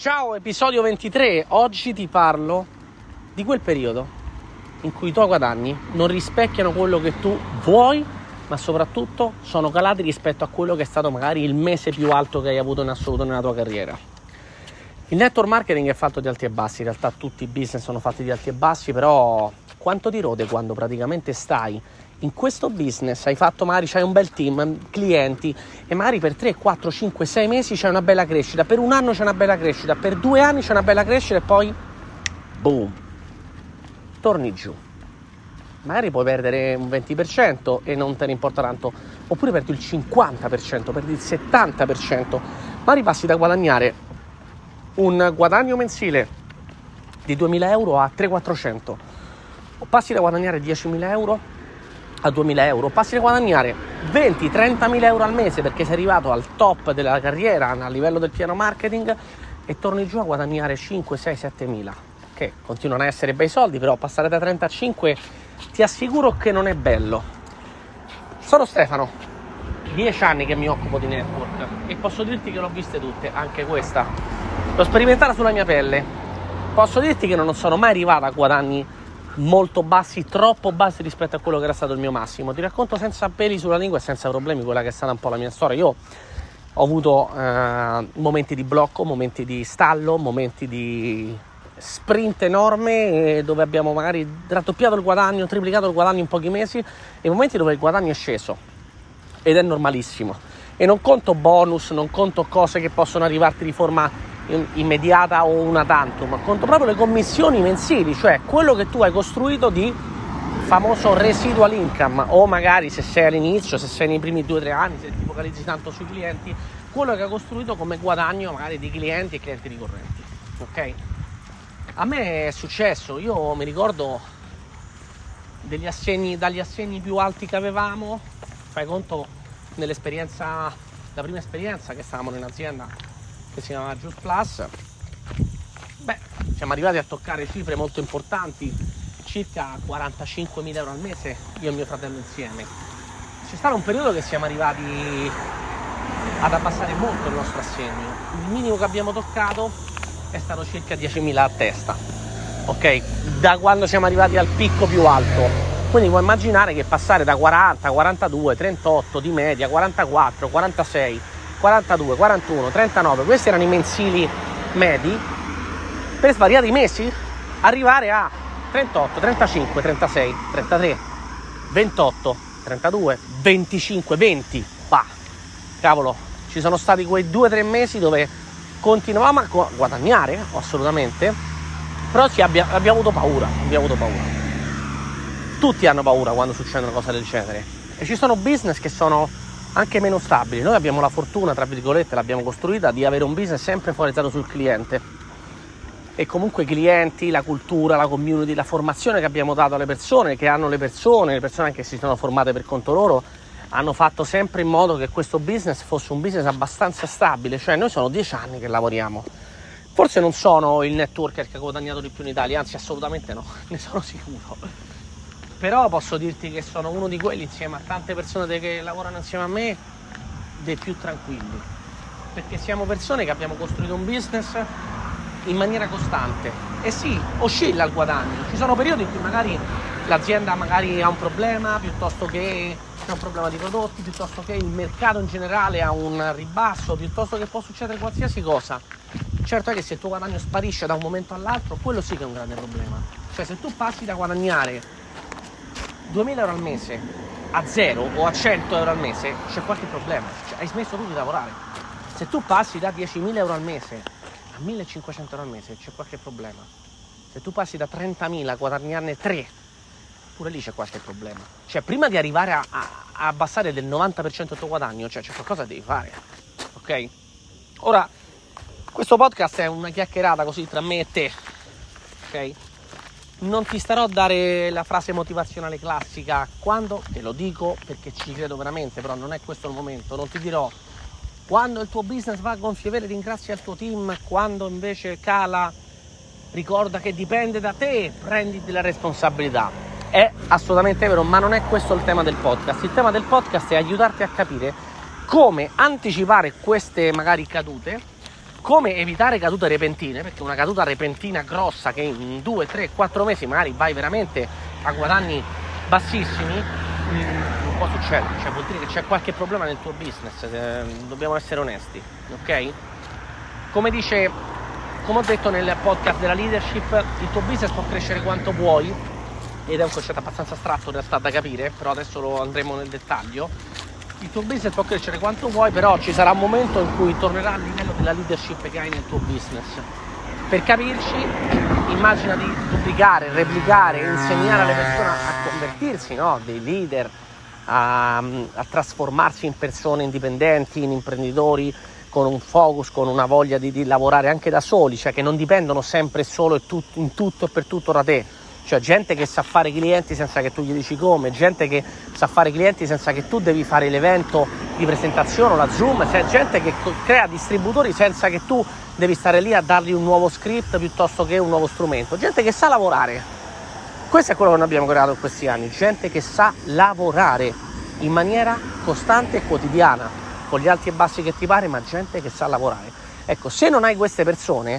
Ciao, episodio 23. Oggi ti parlo di quel periodo in cui i tuoi guadagni non rispecchiano quello che tu vuoi, ma soprattutto sono calati rispetto a quello che è stato magari il mese più alto che hai avuto in assoluto nella tua carriera. Il network marketing è fatto di alti e bassi, in realtà tutti i business sono fatti di alti e bassi, però quanto ti rode quando praticamente stai in questo business, hai fatto magari, c'hai un bel team, clienti, e magari per 3, 4, 5, 6 mesi c'è una bella crescita, per un anno c'è una bella crescita, per 2 anni c'è una bella crescita e poi boom, torni giù. Magari puoi perdere un 20% e non te ne importa tanto, oppure perdi il 50%, perdi il 70%, ma ripassi da guadagnare un guadagno mensile di 2.000 euro a 300-400, o passi da guadagnare 10.000 euro a 2.000 euro, passi da guadagnare 20-30.000 euro al mese perché sei arrivato al top della carriera a livello del piano marketing e torni giù a guadagnare 5, 6, 7.000, che continuano a essere bei soldi, però passare da 35 ti assicuro che non è bello. Sono Stefano, 10 anni che mi occupo di network e posso dirti che l'ho viste tutte, anche questa l'ho sperimentata sulla mia pelle. Posso dirti che non sono mai arrivata a guadagni molto bassi, troppo bassi rispetto a quello che era stato il mio massimo. Ti racconto senza peli sulla lingua e senza problemi quella che è stata un po' la mia storia. Io ho avuto momenti di blocco, momenti di stallo, momenti di sprint enorme dove abbiamo magari raddoppiato il guadagno, triplicato il guadagno in pochi mesi, e momenti dove il guadagno è sceso, ed è normalissimo. E non conto bonus, non conto cose che possono arrivarti di forma immediata o una tantum, ma conto proprio le commissioni mensili, cioè quello che tu hai costruito di famoso residual income, o magari se sei all'inizio, se sei nei primi 2 o 3 anni, se ti focalizzi tanto sui clienti, quello che hai costruito come guadagno magari di clienti e clienti ricorrenti. Ok? A me è successo, io mi ricordo dagli assegni più alti che avevamo, fai conto nell'esperienza, la prima esperienza che stavamo in un'azienda che si chiama Just Plus, siamo arrivati a toccare cifre molto importanti, circa 45.000 euro al mese, io e mio fratello insieme. C'è stato un periodo che siamo arrivati ad abbassare molto il nostro assegno, il minimo che abbiamo toccato è stato circa 10.000 a testa, ok? Da quando siamo arrivati al picco più alto. Quindi puoi immaginare che passare da 40, 42, 38 di media, 44, 46, 42, 41, 39, questi erano i mensili medi, per svariati mesi arrivare a 38, 35, 36, 33, 28, 32, 25, 20. Cavolo, ci sono stati quei 2-3 mesi dove continuavamo a guadagnare, assolutamente, però abbiamo avuto paura. Tutti hanno paura quando succede una cosa del genere, e ci sono business che sono anche meno stabili. Noi abbiamo la fortuna, tra virgolette, l'abbiamo costruita, di avere un business sempre focalizzato sul cliente, e comunque i clienti, la cultura, la community, la formazione che abbiamo dato alle persone, che hanno le persone che si sono formate per conto loro, hanno fatto sempre in modo che questo business fosse un business abbastanza stabile. Cioè noi sono 10 anni che lavoriamo, forse non sono il networker che ha guadagnato di più in Italia, anzi assolutamente no, ne sono sicuro, però posso dirti che sono uno di quelli, insieme a tante persone che lavorano insieme a me, dei più tranquilli, perché siamo persone che abbiamo costruito un business in maniera costante. E sì, oscilla il guadagno, ci sono periodi in cui magari l'azienda ha un problema, piuttosto che c'è un problema di prodotti, piuttosto che il mercato in generale ha un ribasso, piuttosto che può succedere qualsiasi cosa. Certo è che se il tuo guadagno sparisce da un momento all'altro, quello sì che è un grande problema. Cioè se tu passi da guadagnare 2.000 euro al mese a 0 o a 100 euro al mese, c'è qualche problema, cioè, hai smesso tu di lavorare. Se tu passi da 10.000 euro al mese a 1.500 euro al mese, c'è qualche problema. Se tu passi da 30.000 a guadagnarne 3, pure lì c'è qualche problema. Cioè prima di arrivare a abbassare del 90% il tuo guadagno, cioè c'è qualcosa che devi fare, ok? Ora, questo podcast è una chiacchierata così tra me e te, ok? Non ti starò a dare la frase motivazionale classica quando, te lo dico perché ci credo veramente, però non è questo il momento. Non ti dirò quando il tuo business va a gonfie vele ringrazia il tuo team, quando invece cala ricorda che dipende da te, prenditi la responsabilità. È assolutamente vero, ma non è questo il tema del podcast. Il tema del podcast è aiutarti a capire come anticipare queste magari cadute come evitare cadute repentine, perché una caduta repentina grossa che in 2, 3, 4 mesi magari vai veramente a guadagni bassissimi, non può succedere, cioè vuol dire che c'è qualche problema nel tuo business, dobbiamo essere onesti, ok? Come ho detto nel podcast della leadership, il tuo business può crescere quanto vuoi, ed è un concetto abbastanza astratto in realtà da capire, però adesso lo andremo nel dettaglio. Il tuo business può crescere quanto vuoi, però ci sarà un momento in cui tornerà al livello della leadership che hai nel tuo business. Per capirci, immagina di duplicare, replicare, insegnare alle persone a convertirsi, no? Dei leader, a trasformarsi in persone indipendenti, in imprenditori, con un focus, con una voglia di lavorare anche da soli, cioè che non dipendono sempre solo in tutto e per tutto da te. Cioè gente che sa fare clienti senza che tu gli dici come, gente che sa fare clienti senza che tu devi fare l'evento di presentazione o la Zoom, c'è gente che crea distributori senza che tu devi stare lì a dargli un nuovo script piuttosto che un nuovo strumento, gente che sa lavorare. Questo è quello che noi abbiamo creato in questi anni, gente che sa lavorare in maniera costante e quotidiana, con gli alti e bassi che ti pare, ma gente che sa lavorare. Ecco, se non hai queste persone,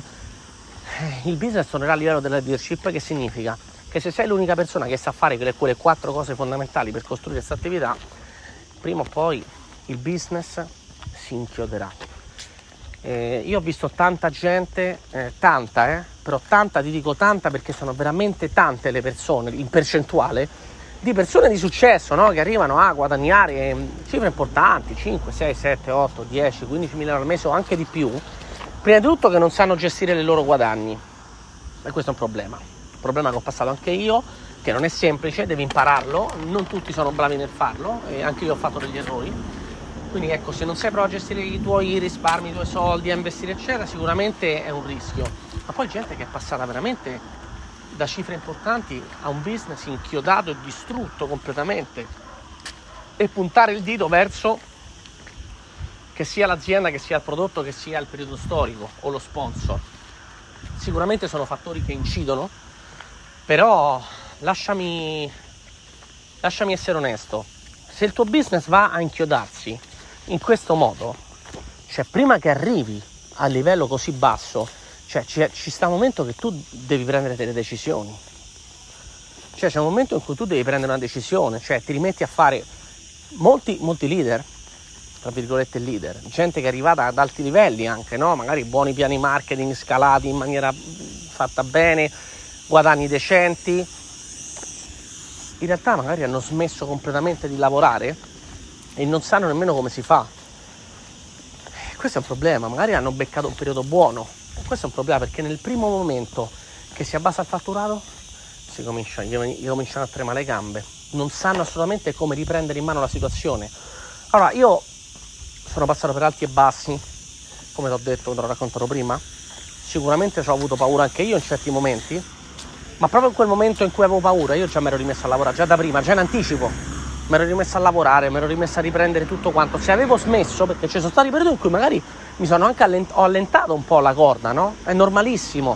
il business tornerà a livello della leadership, che significa che se sei l'unica persona che sa fare quelle 4 cose fondamentali per costruire questa attività, prima o poi il business si inchioderà. Io ho visto tanta gente, però tanta, ti dico tanta perché sono veramente tante le persone, in percentuale, di persone di successo, no? Che arrivano a guadagnare cifre importanti, 5, 6, 7, 8, 10, 15 mila al mese o anche di più, prima di tutto che non sanno gestire i loro guadagni. E questo è un problema che ho passato anche io, che non è semplice, devi impararlo, non tutti sono bravi nel farlo e anche io ho fatto degli errori. Quindi ecco, se non sei bravo a gestire i tuoi risparmi, i tuoi soldi, a investire eccetera, sicuramente è un rischio. Ma poi gente che è passata veramente da cifre importanti a un business inchiodato e distrutto completamente, e puntare il dito verso che sia l'azienda, che sia il prodotto, che sia il periodo storico o lo sponsor. Sicuramente sono fattori che incidono, però lasciami essere onesto. Se il tuo business va a inchiodarsi in questo modo, cioè prima che arrivi a livello così basso, cioè ci sta un momento che tu devi prendere delle decisioni. Cioè c'è un momento in cui tu devi prendere una decisione, cioè ti rimetti a fare molti leader, tra virgolette leader, gente che è arrivata ad alti livelli anche, no? Magari buoni piani marketing scalati in maniera fatta bene, guadagni decenti, in realtà magari hanno smesso completamente di lavorare e non sanno nemmeno come si fa. Questo è un problema, magari hanno beccato un periodo buono, questo è un problema, perché nel primo momento che si abbassa il fatturato gli cominciano a tremare le gambe, non sanno assolutamente come riprendere in mano la situazione. Allora, io sono passato per alti e bassi, come ti ho detto, te l'ho raccontato prima, sicuramente ci ho avuto paura anche io in certi momenti, ma proprio in quel momento in cui avevo paura io già mi ero rimesso a lavorare, già da prima, già in anticipo mi ero rimesso a lavorare, mi ero rimesso a riprendere tutto quanto. Se avevo smesso, perché ci sono stati periodi in cui magari mi sono anche ho allentato un po' la corda, no? È normalissimo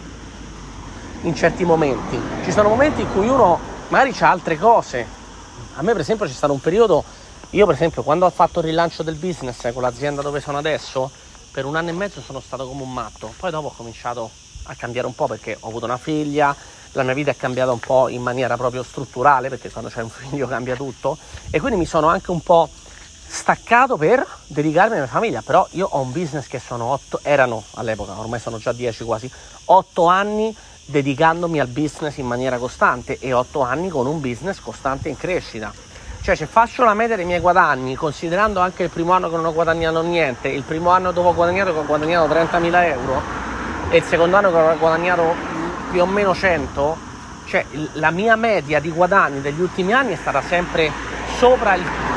in certi momenti, ci sono momenti in cui uno magari c'ha altre cose. A me per esempio c'è stato un periodo, io per esempio quando ho fatto il rilancio del business con l'azienda dove sono adesso, per 1 anno e mezzo sono stato come un matto, poi dopo ho cominciato a cambiare un po' perché ho avuto una figlia, la mia vita è cambiata un po' in maniera proprio strutturale, perché quando c'è un figlio cambia tutto, e quindi mi sono anche un po' staccato per dedicarmi alla mia famiglia. Però io ho un business che erano all'epoca, ormai sono già 10 quasi, 8 anni dedicandomi al business in maniera costante e 8 anni con un business costante in crescita. Cioè se faccio la media dei miei guadagni, considerando anche il primo anno che non ho guadagnato niente, il primo anno dopo che ho guadagnato 30.000 euro e il secondo anno che ho guadagnato più o meno 100, cioè la mia media di guadagni degli ultimi anni è stata sempre sopra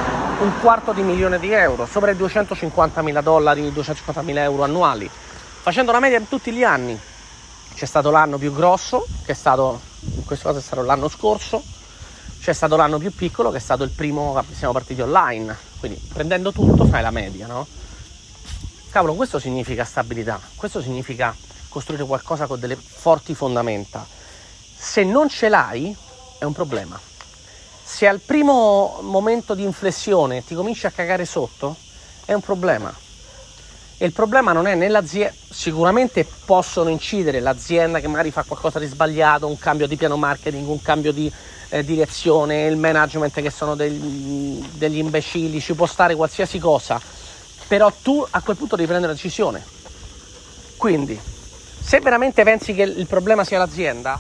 $250.000 di euro, sopra i $250.000, $250.000 euro annuali, facendo la media di tutti gli anni. C'è stato l'anno più grosso, che è stato, in questo caso è stato l'anno scorso, c'è stato l'anno più piccolo, che è stato il primo che siamo partiti online. Quindi prendendo tutto fai la media, no? Cavolo, questo significa stabilità, questo significa costruire qualcosa con delle forti fondamenta. Se non ce l'hai è un problema. Se al primo momento di inflessione ti cominci a cagare sotto è un problema. E il problema non è nell'azienda, sicuramente possono incidere l'azienda che magari fa qualcosa di sbagliato, un cambio di piano marketing, un cambio di direzione, il management che sono degli imbecilli, ci può stare qualsiasi cosa, però tu a quel punto devi prendere una decisione. Quindi, se veramente pensi che il problema sia l'azienda,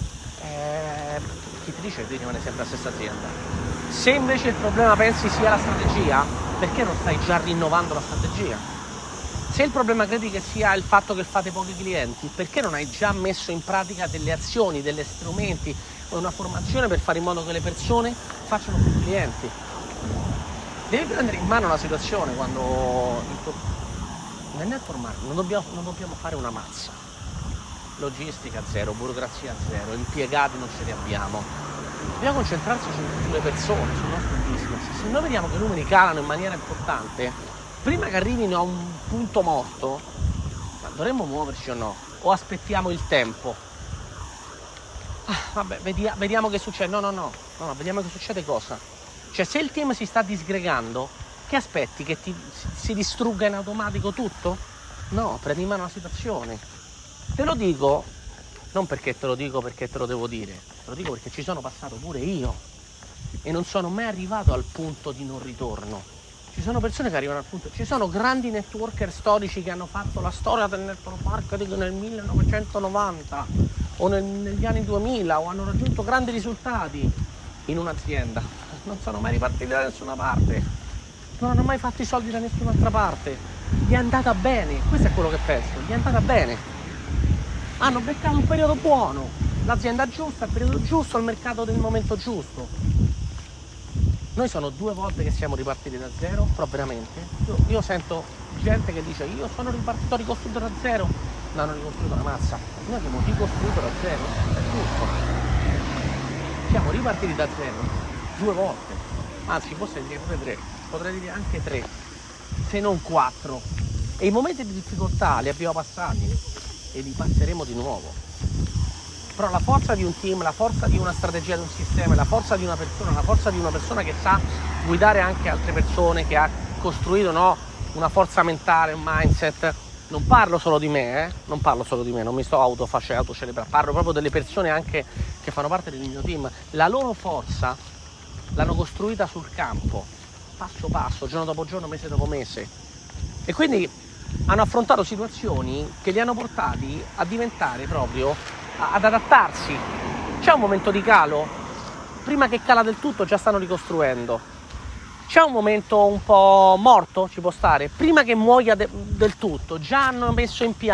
chi ti dice che devi rimanere sempre la stessa azienda? Se invece il problema pensi sia la strategia, perché non stai già rinnovando la strategia? Se il problema credi che sia il fatto che fate pochi clienti, perché non hai già messo in pratica delle azioni, degli strumenti o una formazione per fare in modo che le persone facciano più clienti? Devi prendere in mano la situazione quando nel network marketing non dobbiamo fare una mazza. Logistica zero, burocrazia zero, impiegati non ce li abbiamo. Dobbiamo concentrarci sulle persone, sul nostro business. Se noi vediamo che i numeri calano in maniera importante, prima che arrivino a un punto morto, dovremmo muoverci o no? O aspettiamo il tempo? Vabbè, vediamo che succede. No, vediamo che succede cosa? Cioè, se il team si sta disgregando, che aspetti? Che si distrugga in automatico tutto? No, prendi in mano la situazione. Te lo dico, non perché te lo dico perché te lo devo dire, te lo dico perché ci sono passato pure io e non sono mai arrivato al punto di non ritorno. Ci sono persone che arrivano al punto, ci sono grandi networker storici che hanno fatto la storia del network marketing nel 1990 o negli anni 2000 o hanno raggiunto grandi risultati in un'azienda. Non sono mai ripartiti da nessuna parte, non hanno mai fatto i soldi da nessun'altra parte. Gli è andata bene, questo è quello che penso, gli è andata bene. Hanno beccato un periodo buono, l'azienda giusta, il periodo giusto, il mercato del momento giusto. Noi sono 2 volte che siamo ripartiti da zero, però veramente, io sento gente che dice io sono ripartito, ricostruito da zero. No, hanno ricostruito una mazza. Noi abbiamo ricostruito da zero, è giusto. Siamo ripartiti da zero 2 volte, anzi forse direi pure 3, potrei dire anche 3, se non 4. E i momenti di difficoltà li abbiamo passati e li passeremo di nuovo. Però la forza di un team, la forza di una strategia, di un sistema, la forza di una persona che sa guidare anche altre persone, che ha costruito una forza mentale, un mindset. Non parlo solo di me, non mi sto autocelebrando, parlo proprio delle persone anche che fanno parte del mio team. La loro forza l'hanno costruita sul campo, passo passo, giorno dopo giorno, mese dopo mese. E quindi hanno affrontato situazioni che li hanno portati a diventare proprio ad adattarsi. C'è un momento di calo, prima che cala del tutto già stanno ricostruendo. C'è un momento un po' morto, ci può stare, prima che muoia del tutto già hanno messo in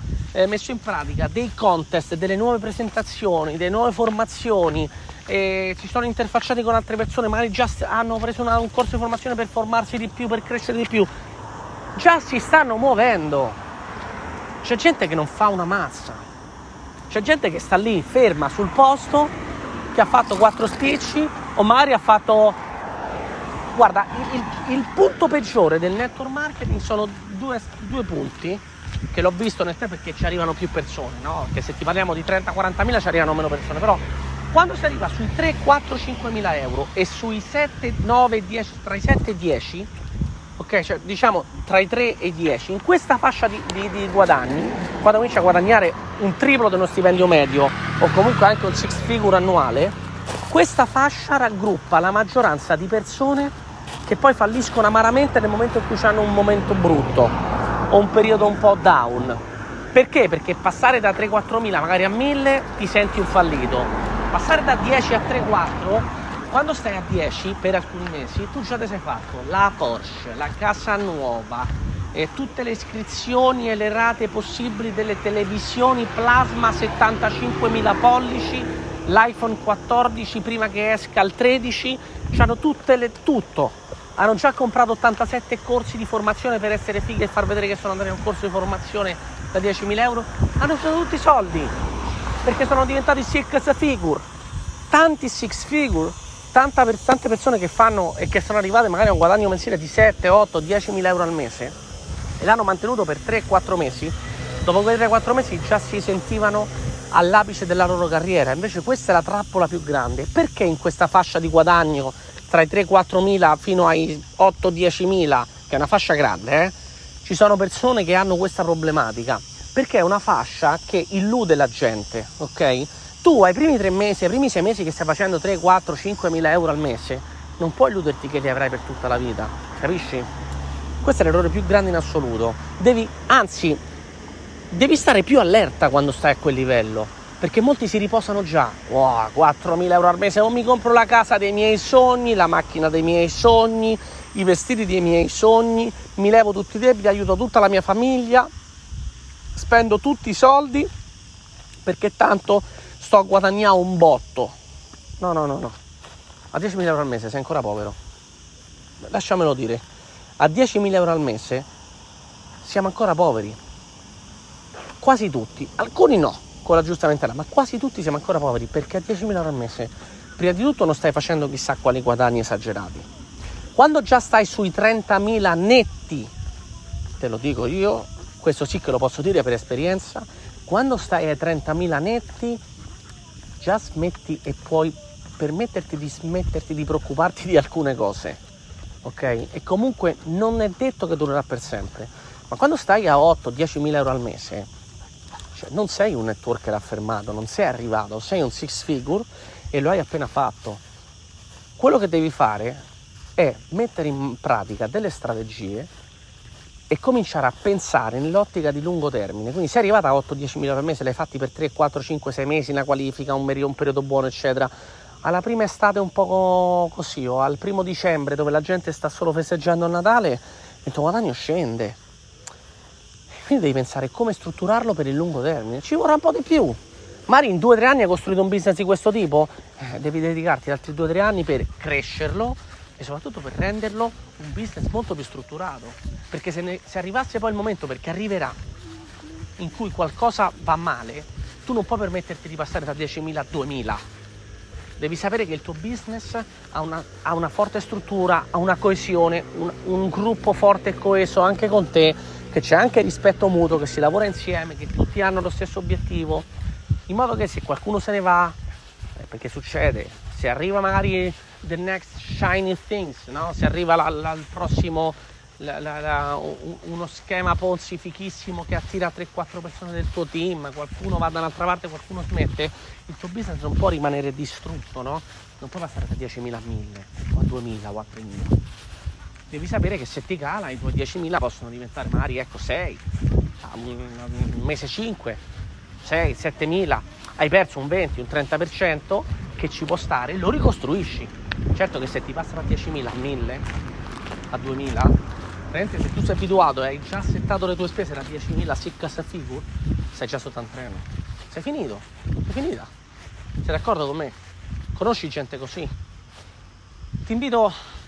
pratica dei contest, delle nuove presentazioni, delle nuove formazioni, si sono interfacciati con altre persone, magari già hanno preso un corso di formazione per formarsi di più, per crescere di più, già si stanno muovendo. C'è gente che non fa una mazza. C'è gente che sta lì ferma sul posto, che ha fatto 4 spicci o magari ha fatto... Guarda, il punto peggiore del network marketing sono due punti che l'ho visto nel tempo, perché ci arrivano più persone, no? Che se ti parliamo di 30-40 mila ci arrivano meno persone, però quando si arriva sui 3, 4, 5 mila euro e sui 7, 9, 10, tra i 7 e i 10, ok, cioè diciamo tra i 3 e i 10, in questa fascia di guadagni, quando cominci a guadagnare un triplo dello stipendio medio o comunque anche un 6 figure annuale, questa fascia raggruppa la maggioranza di persone che poi falliscono amaramente nel momento in cui hanno un momento brutto o un periodo un po' down. Perché? Perché passare da 3-4 mila magari a 1000 ti senti un fallito, passare da 10 a 3-4, quando stai a 10 per alcuni mesi tu già ti sei fatto la Porsche, la casa nuova e tutte le iscrizioni e le rate possibili delle televisioni plasma 75.000 pollici, l'iPhone 14 prima che esca il 13, c'hanno tutto. Hanno già comprato 87 corsi di formazione per essere fighi e far vedere che sono andati a un corso di formazione da 10.000 euro. Hanno usato tutti i soldi perché sono diventati 6 figure, tanti 6 figure, tante persone che fanno e che sono arrivate magari a un guadagno mensile di 7, 8, 10.000 euro al mese e l'hanno mantenuto per 3-4 mesi. Dopo quei 3-4 mesi già si sentivano all'apice della loro carriera. Invece questa è la trappola più grande. Perché in questa fascia di guadagno tra i 3-4 mila fino ai 8-10 mila, che è una fascia grande, ci sono persone che hanno questa problematica, perché è una fascia che illude la gente, ok? Tu ai primi 3 mesi, ai primi 6 mesi che stai facendo 3, 4, 5 mila euro al mese, non puoi illuderti che li avrai per tutta la vita, capisci? Questo è l'errore più grande in assoluto. Devi stare più allerta quando stai a quel livello, perché molti si riposano già. Wow, 4.000 euro al mese, o mi compro la casa dei miei sogni, la macchina dei miei sogni, i vestiti dei miei sogni, mi levo tutti i debiti, aiuto tutta la mia famiglia, spendo tutti i soldi perché tanto sto a guadagnare un botto. No. A 10.000 euro al mese sei ancora povero. Lasciamelo dire. A 10.000 euro al mese siamo ancora poveri. Quasi tutti. Alcuni no, con la giusta mentalità, ma quasi tutti siamo ancora poveri, perché a 10.000 euro al mese, prima di tutto, non stai facendo chissà quali guadagni esagerati. Quando già stai sui 30.000 netti, te lo dico io, questo sì che lo posso dire per esperienza, quando stai ai 30.000 netti, già smetti e puoi permetterti di smetterti di preoccuparti di alcune cose, ok? E comunque non è detto che durerà per sempre, ma quando stai a 8-10.000 euro al mese, cioè non sei un networker affermato, non sei arrivato, sei un six figure e lo hai appena fatto. Quello che devi fare è mettere in pratica delle strategie e cominciare a pensare nell'ottica di lungo termine. Quindi sei arrivata a 8-10.000 euro al mese, l'hai fatti per 3, 4, 5, 6 mesi, una qualifica, un periodo buono, eccetera. Alla prima estate un po' così, o al 1 dicembre, dove la gente sta solo festeggiando il Natale, il tuo guadagno scende. Quindi devi pensare come strutturarlo per il lungo termine. Ci vorrà un po' di più. Magari in 2-3 anni hai costruito un business di questo tipo, devi dedicarti altri 2-3 anni per crescerlo e soprattutto per renderlo un business molto più strutturato. Perché se arrivasse poi il momento, perché arriverà, in cui qualcosa va male, tu non puoi permetterti di passare da 10.000 a 2.000. Devi sapere che il tuo business ha una forte struttura, ha una coesione, un gruppo forte e coeso anche con te, che c'è anche rispetto mutuo, che si lavora insieme, che tutti hanno lo stesso obiettivo, in modo che se qualcuno se ne va, perché succede, se arriva magari the next shiny things, no? Se arriva al prossimo uno schema Ponzi fichissimo che attira 3-4 persone del tuo team, qualcuno va da un'altra parte, qualcuno smette, il tuo business non può rimanere distrutto, no? Non puoi passare da 10.000 a 1.000 o a 2.000 o a 3.000. Devi sapere che se ti cala i tuoi 10.000 possono diventare magari 6, un mese 5, 6, 7.000, hai perso un 20, un 30% che ci può stare, lo ricostruisci. Certo che se ti passa da 10.000 a 1.000, a 2.000, se tu sei abituato e hai già settato le tue spese da 10.000 six figure, sei già sotto un treno. Sei finito, sei finita. Sei d'accordo con me? Conosci gente così? Ti invito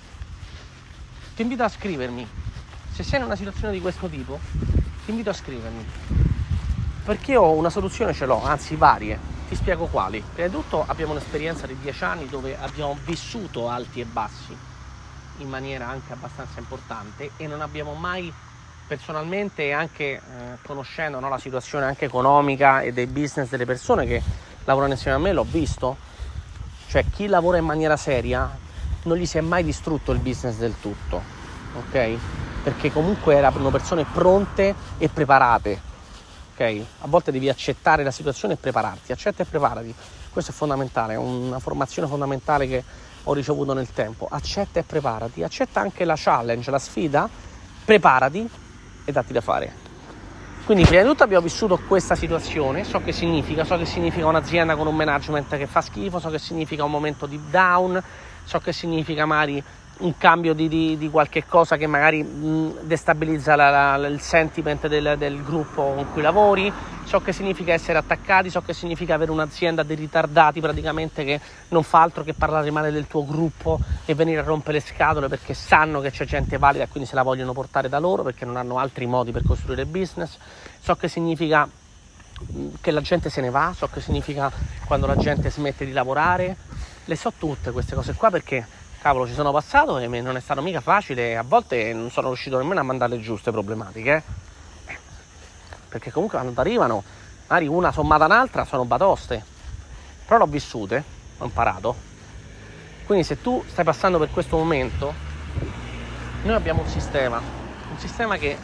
a scrivermi. Se sei in una situazione di questo tipo, ti invito a scrivermi, perché ho una soluzione, ce l'ho, anzi varie. Ti spiego quali. Prima di tutto abbiamo un'esperienza di 10 anni dove abbiamo vissuto alti e bassi in maniera anche abbastanza importante e non abbiamo mai personalmente, e anche conoscendo, no, la situazione anche economica e dei business delle persone che lavorano insieme a me, l'ho visto. Cioè chi lavora in maniera seria non gli si è mai distrutto il business del tutto, ok? Perché comunque erano persone pronte e preparate, ok? A volte devi accettare la situazione e prepararti, accetta e preparati. Questo è fondamentale, è una formazione fondamentale che ho ricevuto nel tempo. Accetta e preparati, accetta anche la challenge, la sfida, preparati e datti da fare. Quindi prima di tutto abbiamo vissuto questa situazione, so che significa un'azienda con un management che fa schifo, so che significa un momento di down, so che significa magari un cambio di qualche cosa che magari destabilizza il sentiment del gruppo con cui lavori, so che significa essere attaccati, so che significa avere un'azienda dei ritardati praticamente che non fa altro che parlare male del tuo gruppo e venire a rompere le scatole perché sanno che c'è gente valida e quindi se la vogliono portare da loro perché non hanno altri modi per costruire business. So che significa che la gente se ne va, so che significa quando la gente smette di lavorare. Le so tutte queste cose qua perché cavolo ci sono passato e non è stato mica facile, a volte non sono riuscito nemmeno a mandarle giuste problematiche, perché comunque quando arrivano magari una sommata un'altra sono batoste, però l'ho vissute, ho imparato. Quindi se tu stai passando per questo momento, noi abbiamo un sistema che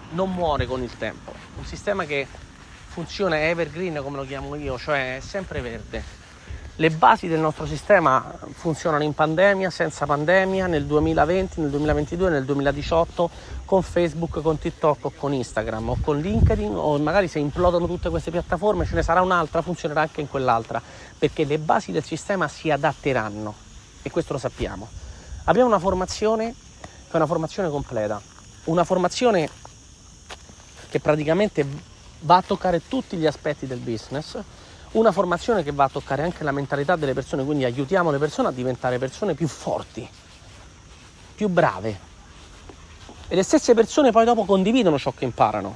non muore con il tempo, un sistema che funziona evergreen, come lo chiamo io, cioè è sempre verde. Le basi del nostro sistema funzionano in pandemia, senza pandemia, nel 2020, nel 2022, nel 2018, con Facebook, con TikTok o con Instagram o con LinkedIn, o magari se implodono tutte queste piattaforme ce ne sarà un'altra, funzionerà anche in quell'altra, perché le basi del sistema si adatteranno e questo lo sappiamo. Abbiamo una formazione che è una formazione completa, una formazione che praticamente va a toccare tutti gli aspetti del business, una formazione che va a toccare anche la mentalità delle persone, quindi aiutiamo le persone a diventare persone più forti, più brave, e le stesse persone poi dopo condividono ciò che imparano.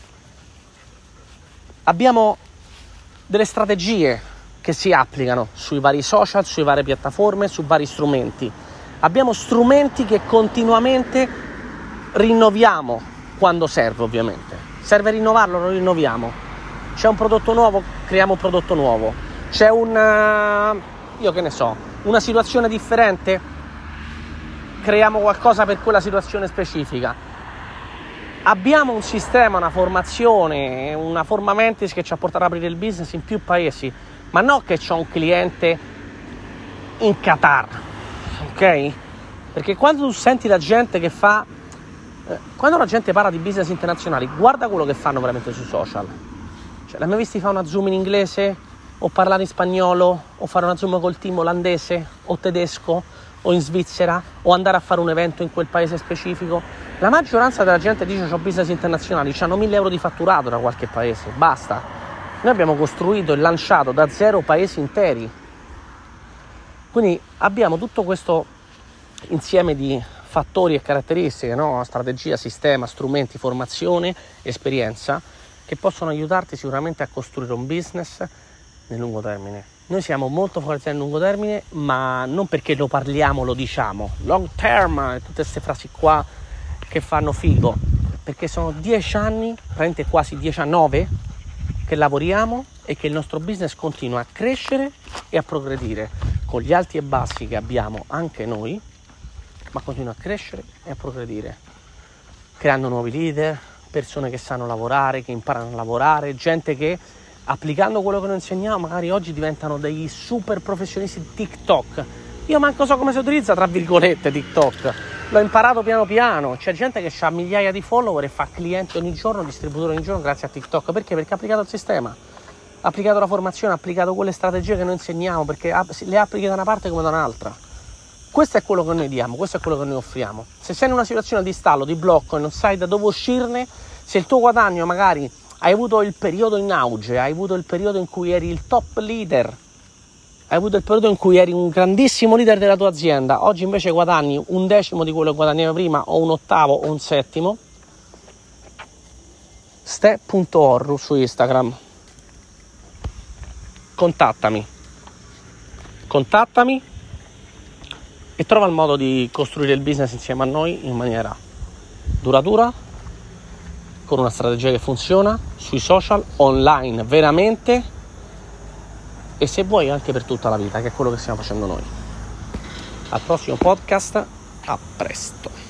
Abbiamo delle strategie che si applicano sui vari social, sulle varie piattaforme, su vari strumenti. Abbiamo strumenti che continuamente rinnoviamo quando serve, ovviamente. Serve rinnovarlo, lo rinnoviamo. C'è un prodotto nuovo, creiamo un prodotto nuovo. C'è una situazione differente, creiamo qualcosa per quella situazione specifica. Abbiamo un sistema, una formazione, una forma mentis che ci ha portato ad aprire il business in più paesi, ma non che c'ho un cliente in Qatar, ok? Perché quando tu senti la gente che fa, quando la gente parla di business internazionali, guarda quello che fanno veramente sui social. Cioè, l'hai mai visti fare una Zoom in inglese? O parlare in spagnolo? O fare una Zoom col team olandese? O tedesco? O in Svizzera? O andare a fare un evento in quel paese specifico? La maggioranza della gente dice c'ho business internazionali, hanno 1.000 euro di fatturato da qualche paese, basta. Noi abbiamo costruito e lanciato da zero paesi interi. Quindi abbiamo tutto questo insieme di fattori e caratteristiche, no? Strategia, sistema, strumenti, formazione, esperienza, che possono aiutarti sicuramente a costruire un business nel lungo termine. Noi siamo molto focalizzati nel lungo termine, ma non perché lo parliamo, lo diciamo. Long term, tutte queste frasi qua che fanno figo, perché sono 10 anni, praticamente quasi 19, che lavoriamo e che il nostro business continua a crescere e a progredire, con gli alti e bassi che abbiamo anche noi, ma continua a crescere e a progredire, creando nuovi leader, persone che sanno lavorare, che imparano a lavorare, gente che applicando quello che noi insegniamo magari oggi diventano dei super professionisti di TikTok. Io manco so come si utilizza tra virgolette TikTok, l'ho imparato piano piano. C'è gente che ha migliaia di follower e fa clienti ogni giorno, distributori ogni giorno grazie a TikTok. Perché? Perché ha applicato il sistema, ha applicato la formazione, ha applicato quelle strategie che noi insegniamo, perché le applichi da una parte come da un'altra. Questo è quello che noi diamo, questo è quello che noi offriamo. Se sei in una situazione di stallo, di blocco e non sai da dove uscirne, se il tuo guadagno magari hai avuto il periodo in auge, hai avuto il periodo in cui eri il top leader, hai avuto il periodo in cui eri un grandissimo leader della tua azienda, oggi invece guadagni 1/10 di quello che guadagnavi prima, o 1/8 o 1/7, ste.orru su Instagram. Contattami e trova il modo di costruire il business insieme a noi in maniera duratura, con una strategia che funziona, sui social, online, veramente, e se vuoi anche per tutta la vita, che è quello che stiamo facendo noi. Al prossimo podcast, a presto.